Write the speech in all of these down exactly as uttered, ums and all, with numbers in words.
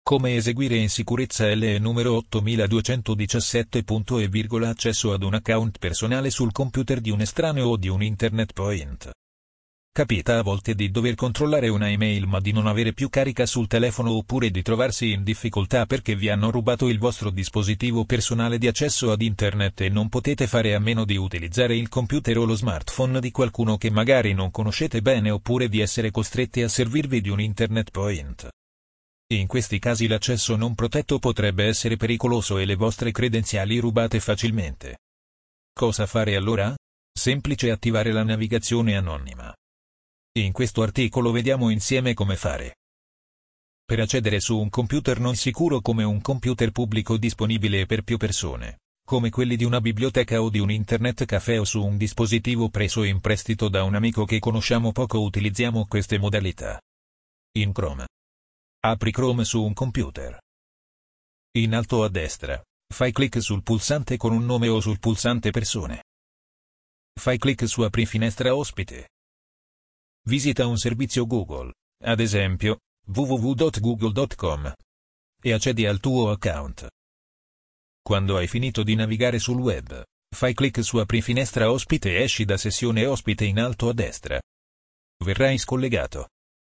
Come eseguire in sicurezza L E numero ottomiladuecentodiciassette. E virgola accesso ad un account personale sul computer di un estraneo o di un internet point. Capita a volte di dover controllare una email ma di non avere più carica sul telefono oppure di trovarsi in difficoltà perché vi hanno rubato il vostro dispositivo personale di accesso ad internet e non potete fare a meno di utilizzare il computer o lo smartphone di qualcuno che magari non conoscete bene oppure di essere costretti a servirvi di un internet point. In questi casi l'accesso non protetto potrebbe essere pericoloso e le vostre credenziali rubate facilmente. Cosa fare allora? Semplice: attivare la navigazione anonima. In questo articolo vediamo insieme come fare. Per accedere su un computer non sicuro come un computer pubblico disponibile per più persone, come quelli di una biblioteca o di un internet caffè o su un dispositivo preso in prestito da un amico che conosciamo poco, utilizziamo queste modalità. In Chrome. Apri Chrome su un computer. In alto a destra, fai clic sul pulsante con un nome o sul pulsante persone. Fai clic su Apri finestra ospite. Visita un servizio Google, ad esempio, w w w punto google punto com, e accedi al tuo account. Quando hai finito di navigare sul web, fai clic su Apri finestra ospite e esci da sessione ospite in alto a destra. Verrai scollegato.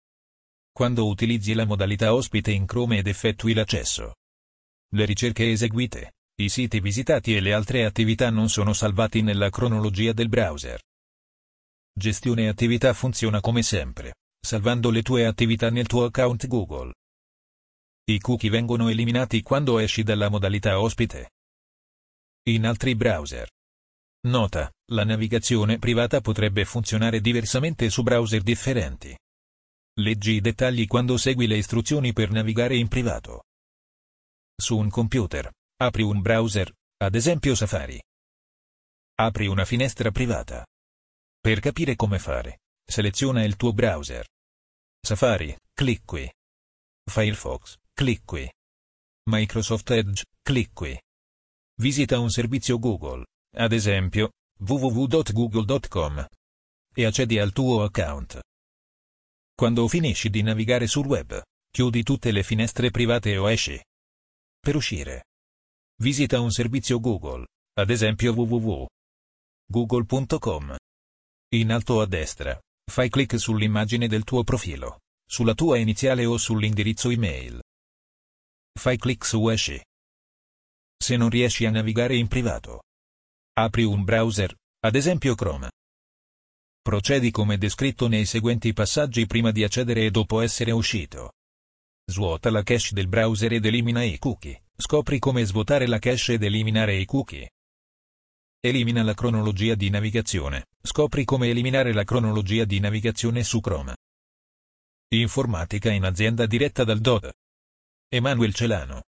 Quando utilizzi la modalità ospite in Chrome ed effettui l'accesso, le ricerche eseguite, i siti visitati e le altre attività non sono salvati nella cronologia del browser. Gestione attività funziona come sempre, salvando le tue attività nel tuo account Google. I cookie vengono eliminati quando esci dalla modalità ospite. In altri browser. Nota: la navigazione privata potrebbe funzionare diversamente su browser differenti. Leggi i dettagli quando segui le istruzioni per navigare in privato. Su un computer, apri un browser, ad esempio Safari. Apri una finestra privata. Per capire come fare, seleziona il tuo browser. Safari, clic qui. Firefox, clic qui. Microsoft Edge, clic qui. Visita un servizio Google, ad esempio, w w w punto google punto com, e accedi al tuo account. Quando finisci di navigare sul web, chiudi tutte le finestre private o esci. Per uscire, visita un servizio Google, ad esempio w w w punto google punto com. In alto a destra, fai clic sull'immagine del tuo profilo, sulla tua iniziale o sull'indirizzo email. Fai clic su Esci. Se non riesci a navigare in privato, apri un browser, ad esempio Chrome. Procedi come descritto nei seguenti passaggi prima di accedere e dopo essere uscito. Svuota la cache del browser ed elimina i cookie. Scopri come svuotare la cache ed eliminare i cookie. Elimina la cronologia di navigazione. Scopri come eliminare la cronologia di navigazione su Chrome. Informatica in azienda diretta dal D O D. Emanuel Celano.